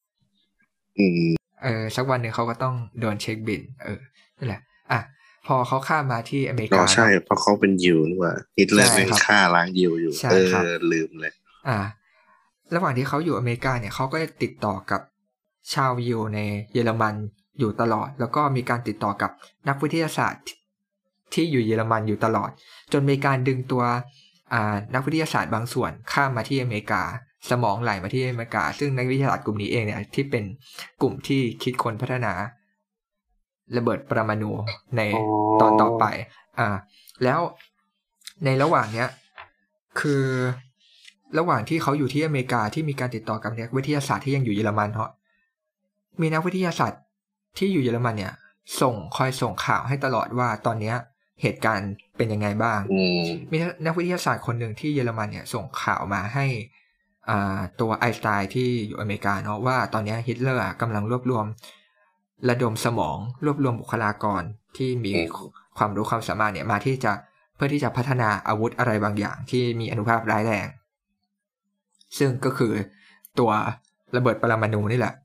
สักวันหนึ่งเขาก็ต้องโดนเช็คบิลนั่นแหละพอเขาข้ามมาที่อเมริกาใช่เพราะเขาเป็นยิวนี่ว่าฮิตเลอร์เป็นฆ่าล้างยิวอยู่ลืมเลยระหว่างที่เขาอยู่อเมริกาเนี่ยเขาก็ติดต่อกับชาวยิวในเยอรมันอยู่ตลอดแล้วก็มีการติดต่อกับนักวิทยาศาสตร์ที่อยู่เยอรมันอยู่ตลอดจนมีการดึงตัวนักวิทยาศาสตร์บางส่วนข้ามมาที่อเมริกาสมองไหลมาที่อเมริกาซึ่งนักวิทยาศาสตร์กลุ่มนี้เองเนี่ยที่เป็นกลุ่มที่คิดค้นพัฒนาระเบิดปรมาณูในตอนต่อไปแล้วในระหว่างเนี้ยคือระหว่างที่เขาอยู่ที่อเมริกาที่มีการติดต่อกับนักวิทยาศาสตร์ที่ยังอยู่เยอรมันมีนักวิทยาศาสตร์ที่อยู่เยอรมันเนี่ยคอยส่งข่าวให้ตลอดว่าตอนนี้เหตุการณ์เป็นยังไงบ้างมีนักวิทยาศาสตร์คนหนึ่งที่เยอรมันเนี่ยส่งข่าวมาให้ตัวไอน์สไตน์ที่อยู่อเมริกาเนาะว่าตอนนี้ฮิตเลอร์กำลังรวบรวมระดมสมองรวบรวมบุคลากรที่มีความรู้ความสามารถเนี่ยมาที่จะเพื่อที่จะพัฒนาอาวุธอะไรบางอย่างที่มีอานุภาพร้ายแรงซึ่งก็คือตัวระเบิดปรมาณูนี่แหละ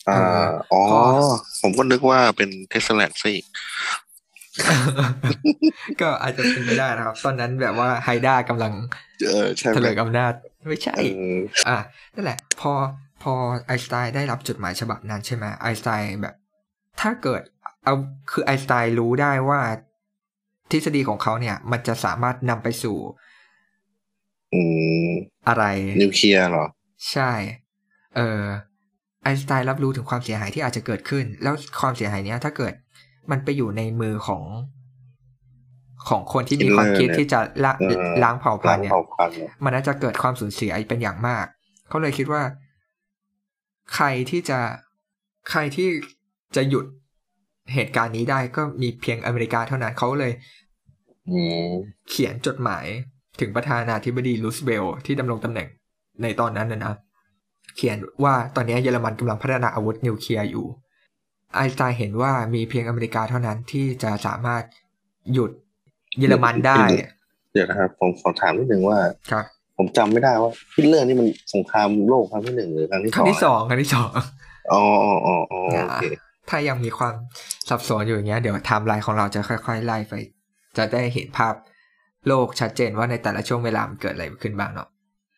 ผมก็นึกว่าเป็นเทสลาซะอีกก็อาจจะเป็นไปได้นะครับตอนนั้นแบบว่าไฮด้ากำลังเถลิงอำนาจไม่ใช่นั่นแหละพอไอน์สไตน์ได้รับจดหมายฉบับนั้นใช่ไหมไอน์สไตน์แบบถ้าเกิดคือไอน์สไตน์รู้ได้ว่าทฤษฎีของเขาเนี่ยมันจะสามารถนำไปสู่อะไรนิวเคลียร์เหรอใช่ไอน์สไตน์รับรู้ถึงความเสียหายที่อาจจะเกิดขึ้นแล้วความเสียหายเนี้ยถ้าเกิดมันไปอยู่ในมือของคนที่มีความคิดที่จะล้างเผ่าพันธุ์เนี่ยมันน่าจะเกิดความสูญเสียเป็นอย่างมากเขาเลยคิดว่าใครที่จะหยุดเหตุการณ์นี้ได้ก็มีเพียงอเมริกาเท่านั้นเขาเลยเขียนจดหมายถึงประธานาธิบดีรูสเวลต์ที่ดำรงตำแหน่งในตอนนั้นนะเขียนว่าตอนนี้เยอรมันกำลังพัฒนาอาวุธนิวเคลียร์อยู่ไอน์สไตน์เห็นว่ามีเพียงอเมริกาเท่านั้นที่จะสามารถหยุดเยอรมันได้เดี๋ยวนะครับผมขอถามนิดนึงว่าผมจำไม่ได้ว่าฮิตเลอร์นี่มันสงครามโลกครั้งที่1หรือครั้งที่2 ครั้งที่2 อ๋อโอเคถ้ายังมีความสับสนอยู่อย่างเงี้ยเดี๋ยวไทม์ไลน์ของเราจะค่อยๆไล่ไปจะได้เห็นภาพโลกชัดเจนว่าในแต่ละช่วงเวลามันเกิดอะไรขึ้นบ้างเนาะ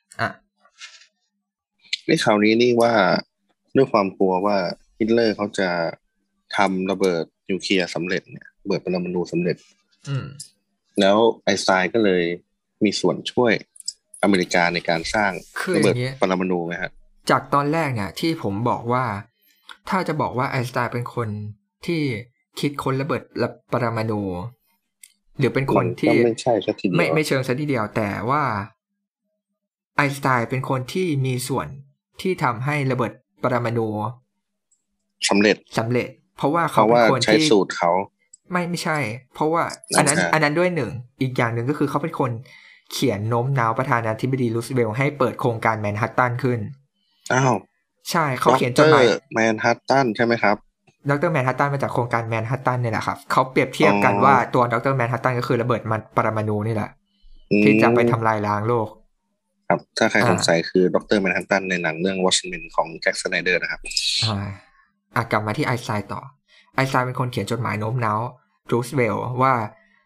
ในคราวนี้นี่ว่าด้วยความกลัวว่าฮิตเลอร์เขาจะทำระเบิดนิวเคลียร์สำเร็จเนี่ยระเบิดปรมาณูสำเร็จแล้วไอน์สไตน์ก็เลยมีส่วนช่วยอเมริกาในการสร้างระเบิดปรมาณูไหมครับจากตอนแรกเนี่ยที่ผมบอกว่าถ้าจะบอกว่าไอน์สไตน์เป็นคนที่คิดค้นระเบิดปรมาณูหรือเป็นคนที่ไม่ใช่ซะทีเดียวไม่เชิงซะทีเดียวแต่ว่าไอน์สไตน์เป็นคนที่มีส่วนที่ทำให้ระเบิดปรมาณูสำเร็จเพราะว่าเขาเป็นคนที่ใช้สูตรเขาไม่ใช่เพราะว่าอันนั้นด้วยหนึ่งอีกอย่างหนึ่งก็คือเขาเป็นคนเขียนโน้มน้าวประธานาธิบดีรูสเวลต์ให้เปิดโครงการแมนฮัตตันขึ้นใช่เขาเขียนจดหมายแมนฮัตตันใช่ไหมครับดร.แมนฮัตตันมาจากโครงการแมนฮัตตันนี่แหละครับเขาเปรียบเทียบกันว่าตัวดร.แมนฮัตตันก็คือระเบิดปรมาณูนี่แหละที่จะไปทำลายล้างโลกครับถ้าใครสงสัยคือดร.แมนฮัตตันในหนังเรื่องวอชิงตันของแจ็คสไนเดอร์นะครับกลับมาที่ไอน์สไตน์ต่อไอน์สไตน์เป็นคนเขียนจดหมายโน้มน้าวรูสเวลต์ว่า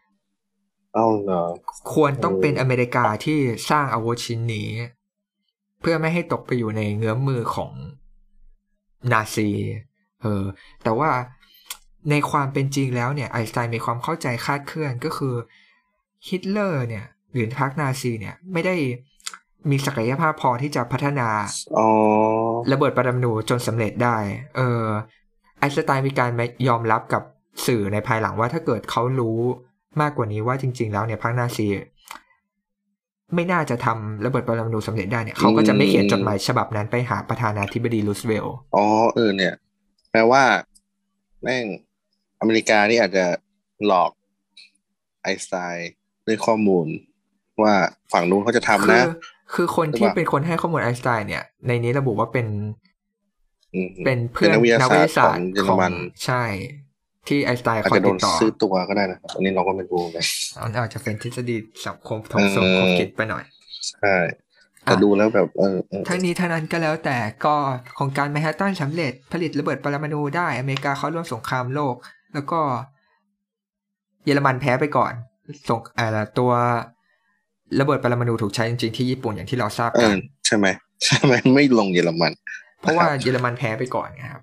ควรต้องเป็นอเมริกาที่สร้างอาวุธชิ้นนี้เพื่อไม่ให้ตกไปอยู่ในเงื้อมมือของนาซีแต่ว่าในความเป็นจริงแล้วเนี่ยไอน์สไตน์มีความเข้าใจคลาดเคลื่อนก็คือฮิตเลอร์เนี่ยหรือพรรคนาซีเนี่ยไม่ได้มีศักยภาพพอที่จะพัฒนาระเบิดปรมาณูจนสำเร็จได้ไอน์สไตน์มีการยอมรับกับสื่อในภายหลังว่าถ้าเกิดเขารู้มากกว่านี้ว่าจริงๆแล้วเนี่ยพรรคนาซีไม่น่าจะทำระเบิดปรมาณูสำเร็จได้เนี่ยเขาก็จะไม่เขียนจดหมายฉบับนั้นไปหาประธานาธิบดีรูสเวลต์เนี่ยแปลว่าแม่งอเมริกานี่อาจจะหลอกไอน์สไตน์ด้วยข้อมูลว่าฝั่งนู้นเขาจะทำนะคือคนที่เป็นคนให้ข้อมูลไอน์สไตน์เนี่ยในนี้ระบุว่าเป็นเพื่อนนักวิทยาศาสตร์ของใช่ที่ไอน์สไตน์คอยติดต่อซื้อตัวก็ได้นะอันนี้เราก็ไม่รู้เลยอาจจะเป็นทฤษฎีสังคมสมคบคิดไปหน่อยใช่แต่ดูแล้วแบบทั้งนี้ทั้งนั้นก็แล้วแต่ก็โครงการแมนฮัตตันสำเร็จผลิตระเบิดปรมาณูได้อเมริกาเข้าร่วมสงครามโลกแล้วก็เยอรมันแพ้ไปก่อนตัวระเบิดปรมาณูถูกใช้จริงๆที่ญี่ปุ่นอย่างที่เราทราบกันใช่ไหมไม่ลงเยอรมันเพราะว่าเยอรมันแพ้ไปก่อนครับ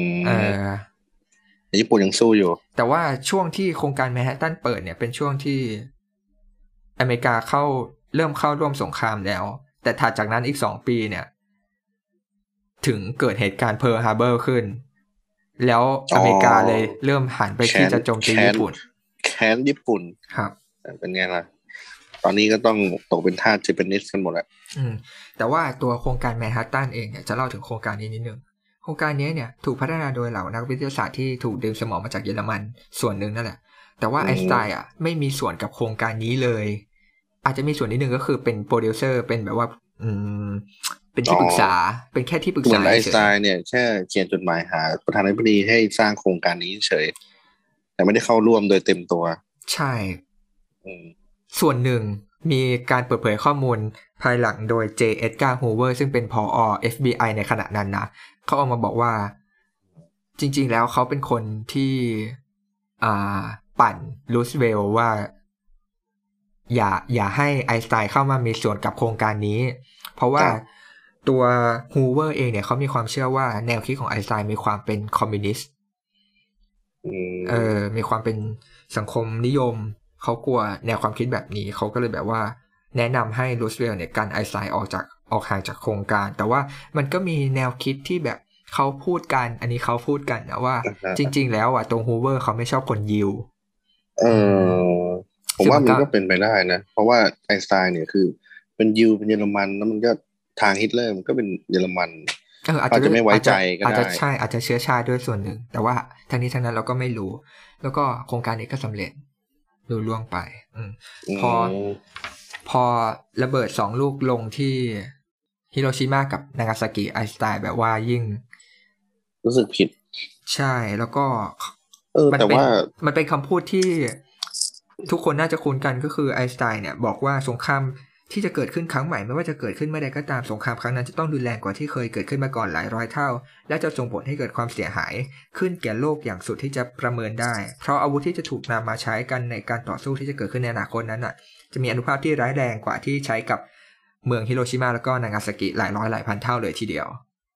ญี่ปุ่นยังสู้อยู่แต่ว่าช่วงที่โครงการแมนฮัตตันเปิดเนี่ยเป็นช่วงที่อเมริกาเริ่มเข้าร่วมสงครามแล้วแต่ถัดจากนั้นอีก2 ปีเนี่ยถึงเกิดเหตุการณ์เพิร์ลฮาร์เบอร์ขึ้นแล้วอเมริกาเลยเริ่มหันไปที่จะโจมตีญี่ปุ่นแค้นญี่ปุ่นครับเป็นไงล่ะตอนนี้ก็ต้องตกเป็นทาสเจแปนิสกันหมดแล้วแต่ว่าตัวโครงการแมนฮัตตันเองเนี่ยจะเล่าถึงโครงการนี้นิดนึงโครงการนี้เนี่ยถูกพัฒนาโดยเหล่านักวิทยาศาสตร์ที่ถูกดึงสมองมาจากเยอรมันส่วนหนึ่งนั่นแหละแต่ว่าไอน์สไตน์ไม่มีส่วนกับโครงการนี้เลยอาจจะมีส่วนนิดนึงก็คือเป็นโปรดิวเซอร์เป็นแบบว่าเป็นที่ปรึกษาเป็นแค่ที่ปรึกษาเหมือนไอน์สไตน์เนี่ยแค่เขียนจดหมายหาประธานาธิบดีให้สร้างโครงการนี้เฉยแต่ไม่ได้เข้าร่วมโดยเต็มตัวใช่ส่วนหนึ่งมีการเปิดเผยข้อมูลภายหลังโดยเจเอ็ดการ์ ฮูเวอร์ซึ่งเป็นผอ. FBI ในขณะนั้นนะเขาออกมาบอกว่าจริงๆแล้วเขาเป็นคนที่ปั่นรูสเวลต์ว่าอย่าให้ไอน์สไตน์เข้ามามีส่วนกับโครงการนี้เพราะว่าตัวฮูเวอร์เองเนี่ยเขามีความเชื่อว่าแนวคิดของไอน์สไตน์มีความเป็นคอมมิวนิสต์มีความเป็นสังคมนิยมเขากลัวแนวความคิดแบบนี้เขาก็เลยแบบว่าแนะนำให้รูสเวลต์เนี่ยกันไอน์สไตน์ออกห่างจากโครงการแต่ว่ามันก็มีแนวคิดที่แบบเขาพูดกันอันนี้เขาพูดกันนะว่าจริงๆแล้วตรงฮูเวอร์เขาไม่ชอบคนยิวผมว่ามันก็เป็นไปได้นะเพราะว่าไอน์สไตน์เนี่ยคือเป็นยิวเป็นเยอรมันแล้วมันก็ทางฮิตเลอร์มันก็เป็นเยอรมันอาจจะไม่ไว้ใจก็ได้อาจจะใช่อาจจะเชื้อชาติด้วยส่วนหนึ่งแต่ว่าทั้งนี้ทั้งนั้นเราก็ไม่รู้แล้วก็โครงการนี้ก็สำเร็จลุล่วงไปพอระเบิด2ลูกลงที่ฮิโรชิมากับนางาซากิไอน์สไตน์แบบว่ายิ่งรู้สึกผิดใช่แล้วก็แต่ว่ามันเป็นคำพูดที่ทุกคนน่าจะคุ้นกันก็คือไอน์สไตน์เนี่ยบอกว่าสงครามที่จะเกิดขึ้นครั้งใหม่ไม่ว่าจะเกิดขึ้นเมื่อใดก็ตามสงครามครั้งนั้นจะต้องรุนแรงกว่าที่เคยเกิดขึ้นมาก่อนหลายร้อยเท่าและจะส่งผลให้เกิดความเสียหายขึ้นแก่โลกอย่างสุดที่จะประเมินได้เพราะอาวุธที่จะถูกนำมาใช้กันในการต่อสู้ที่จะเกิดขึ้นในอนาคตนั้นจะมีอานุภาพที่ร้ายแรงกว่าที่ใช้กับเมืองฮิโรชิมาแล้วก็นางาซากิหลายร้อยหลายพันเท่าเลยทีเดียว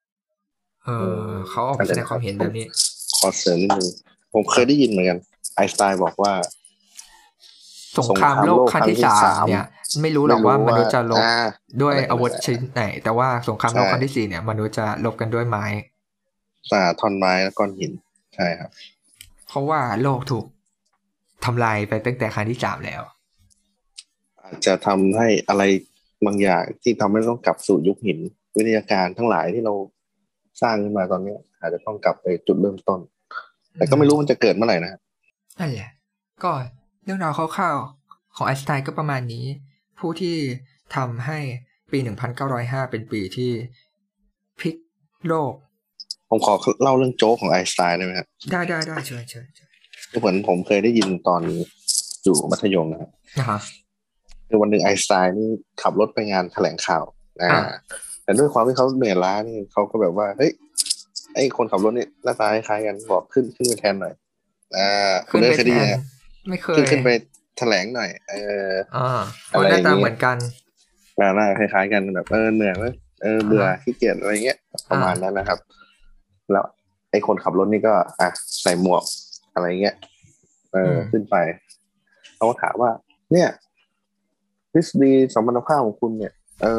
เขาออกมาแสดงความเห็นแบบนี้ขอเสริมนิดนึงผมเคยได้ยินเหมือนกันไอน์สไตน์บอกว่าสงครามโลกครั้งที่3เนี่ยไม่รู้หรอกว่ามนุษย์จะลบด้วยอาวุธชนิดไหนแต่ว่าสงครามโลกครั้งที่4เนี่ยมนุษย์จะลบกันด้วยไม้ท่อนไม้และก้อนหินใช่ครับเพราะว่าโลกถูกทำลายไปตั้งแต่ครั้งที่3แล้วอาจจะทำให้อะไรบางอย่างที่ทำให้ต้องกลับสู่ยุคหินวิทยาการทั้งหลายที่เราสร้างขึ้นมาตอนนี้อาจจะต้องกลับไปจุดเริ่มต้นแต่ก็ไม่รู้มันจะเกิดเมื่อไหร่นะนั่นแหละก็เรื่องราวคร่าวๆของไอน์สไตน์ก็ประมาณนี้ผู้ที่ทำให้ปี1905เป็นปีที่พลิกโลกผมขอเล่าเรื่องโจ๊กของไอน์สไตน์ได้ไหมครับได้เชิญเหมือนผมเคยได้ยินตอนอยู่มัธยมนะครับคือวันหนึ่งไอน์สไตน์นี่ขับรถไปงานแถลงข่าวแต่ด้วยความที่เขาเหนื่อยล้านี่เขาก็แบบว่าเฮ้ยไอ้คนขับรถนี่หน้าตาคล้ายกันบอกขึ้นไปแทนหน่อยคุณเคยได้ยินไม่เคยขึ้นไปแถลงหน่อยอะไรหน้าตาเหมือนกันหน้าคล้ายๆกันแบบเหนื่อยไหมเบื่อขี้เกียจอะไรเงี้ยประมาณนั้นนะครับแล้วไอ้คนขับรถนี่ก็ใส่หมวกอะไรเงี้ยขึ้นไปเขาถามว่าเนี่ยทฤษฎีสมรรถภาพของคุณเนี่ย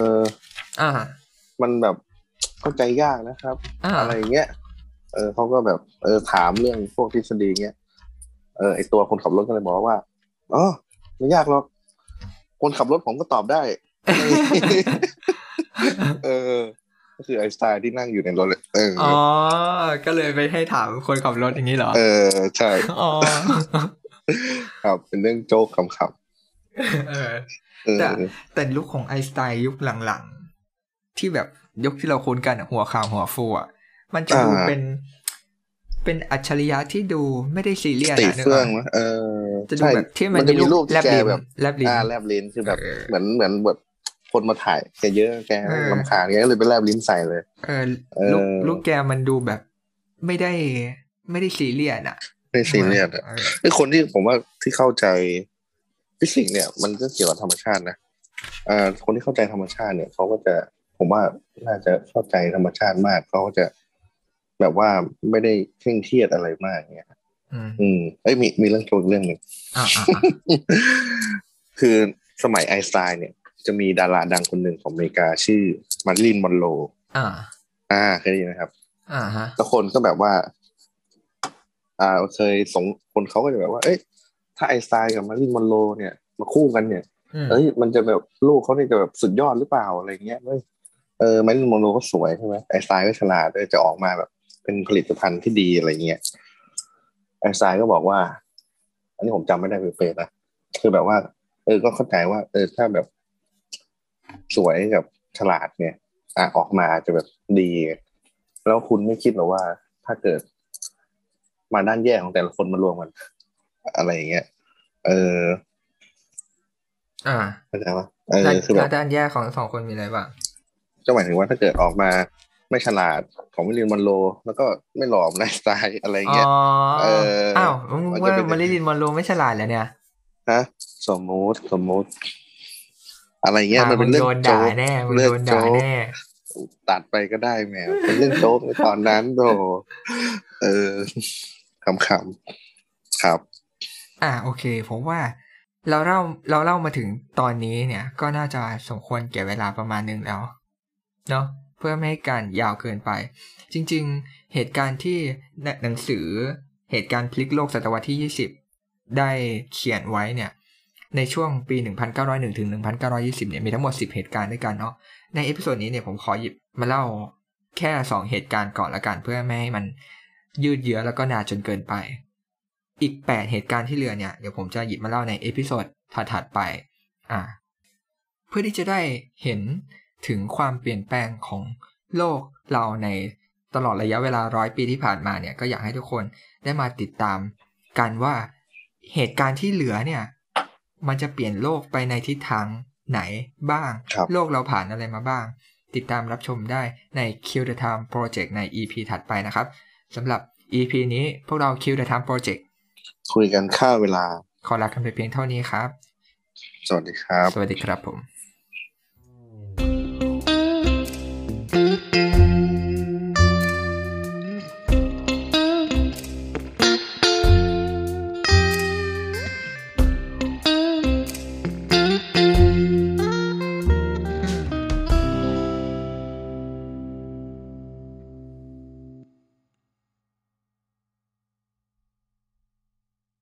มันแบบเข้าใจยากนะครับอะไรเงี้ยเขาก็แบบถามเรื่องพวกทฤษฎีเงี้ยไอตัวคนขับรถก็เลยบอกว่าไม่ยากหรอกคนขับรถผมก็ตอบได้ก็คือไอน์สไตน์ที่นั่งอยู่ในรถเลยก็เลยไปให้ถามคนขับรถอย่างนี้เหรอใช่ครับเป็นเรื่องโจ๊กขำๆแต่ลุคของไอน์สไตน์ยุคหลังๆที่แบบยุคที่เราคุ้นกันหัวขาวหัวฟูมันจะดูเป็นอัจฉริยะที่ดูไม่ได้ซีเรียสนะเฟื่องจะดูแบบที่มันมีรูปแลบลิ้นแลบลิ้นคือแบบเหมือนแบบคนมาถ่ายแกเยอะแกรำคาญแกก็เลยไปแลบลิ้นใส่เลยลูกแกมันดูแบบไม่ได้ซีเรียสไม่ซีเรียสไอ้คนที่ผมว่าที่เข้าใจฟิสิกส์เนี่ยมันก็เกี่ยวกับธรรมชาตินะคนที่เข้าใจธรรมชาติเนี่ยเขาก็จะผมว่าน่าจะเข้าใจธรรมชาติมากเขาก็จะแบบว่าไม่ได้เคร่งเครียดอะไรมากเงี้ยมีเรื่องโจทย์เรื่องหนึ่งคือสมัยไอน์สไตน์เนี่ยจะมีดาราดังคนหนึ่งของอเมริกาชื่อมาริลีนมอนโรเคยได้ยินไหมครับแล้วคนก็แบบว่าเคยคนเขาก็จะแบบว่าเอ้ยถ้าไอน์สไตน์กับมาริลีนมอนโรเนี่ยมาคู่กันเนี่ยเอ้ยมันจะแบบลูกเขาเนี่ยจะแบบสุดยอดหรือเปล่าอะไรเงี้ยแมริลีนมอนโรก็สวยใช่ไหมไอน์สไตน์ก็ฉลาดด้วยจะออกมาแบบเป็นผลิตภัณฑ์ที่ดีอะไรเงี้ยไอน์สไตน์ก็บอกว่าอันนี้ผมจำไม่ได้เป๊ะๆนะคือแบบว่าก็เข้าใจว่าถ้าแบบสวยกับฉลาดเนี่ยออกมาจะแบบดีแล้วคุณไม่คิดหรอว่าถ้าเกิดมาด้านแย่ของแต่ละคนมารวมกันอะไรอย่างเงี้ยเข้าใจปะคือแบบด้านแย่ของ2 คนมีอะไรบ้างก็หมายถึงว่าถ้าเกิดออกมาไม่ฉลาดของวิลเลียมมอนโรแล้วก็ไม่หล่อในสไตล์อะไรเงี้ยอ้าวว่ามาริลีนมอนโรไม่ฉลาดแล้วเนี่ยฮะสมมุติอะไรเงี้ยมันเป็นเรื่องโจ๊กเรื่องโจ๊กตัดไปก็ได้แหมเป็นเรื่องโจ๊กในตอนนั้นโดขำครับโอเคผมว่าเราเล่ามาถึงตอนนี้เนี่ยก็น่าจะสมควรแก่เวลาประมาณนึงแล้วเนาะเพื่อไม่ให้การยาวเกินไปจริงๆเหตุการณ์ที่หนังสือเหตุการณ์พลิกโลกศตวรรษที่20ได้เขียนไว้เนี่ยในช่วงปี1901ถึง1920เนี่ยมีทั้งหมด10เหตุการณ์ด้วยกันเนาะในเอพิโซดนี้เนี่ยผมขอหยิบมาเล่าแค่2เหตุการณ์ก่อนละกันเพื่อไม่ให้มันยืดเยื้อแล้วก็นานจนเกินไปอีก8เหตุการณ์ที่เหลือเนี่ยเดี๋ยวผมจะหยิบมาเล่าในเอพิโซดถัดๆไปเพื่อที่จะได้เห็นถึงความเปลี่ยนแปลงของโลกเราในตลอดระยะเวลา100 ปีที่ผ่านมาเนี่ยก็อยากให้ทุกคนได้มาติดตามกันว่าเหตุการณ์ที่เหลือเนี่ยมันจะเปลี่ยนโลกไปในทิศทางไหนบ้างโลกเราผ่านอะไรมาบ้างติดตามรับชมได้ใน Kill the Time Project ใน EP ถัดไปนะครับสำหรับ EP นี้พวกเรา Kill the Time Project คุยกันค่าเวลาขอลากันไปเพียงเท่านี้ครับสวัสดีครับสวัสดีครับผม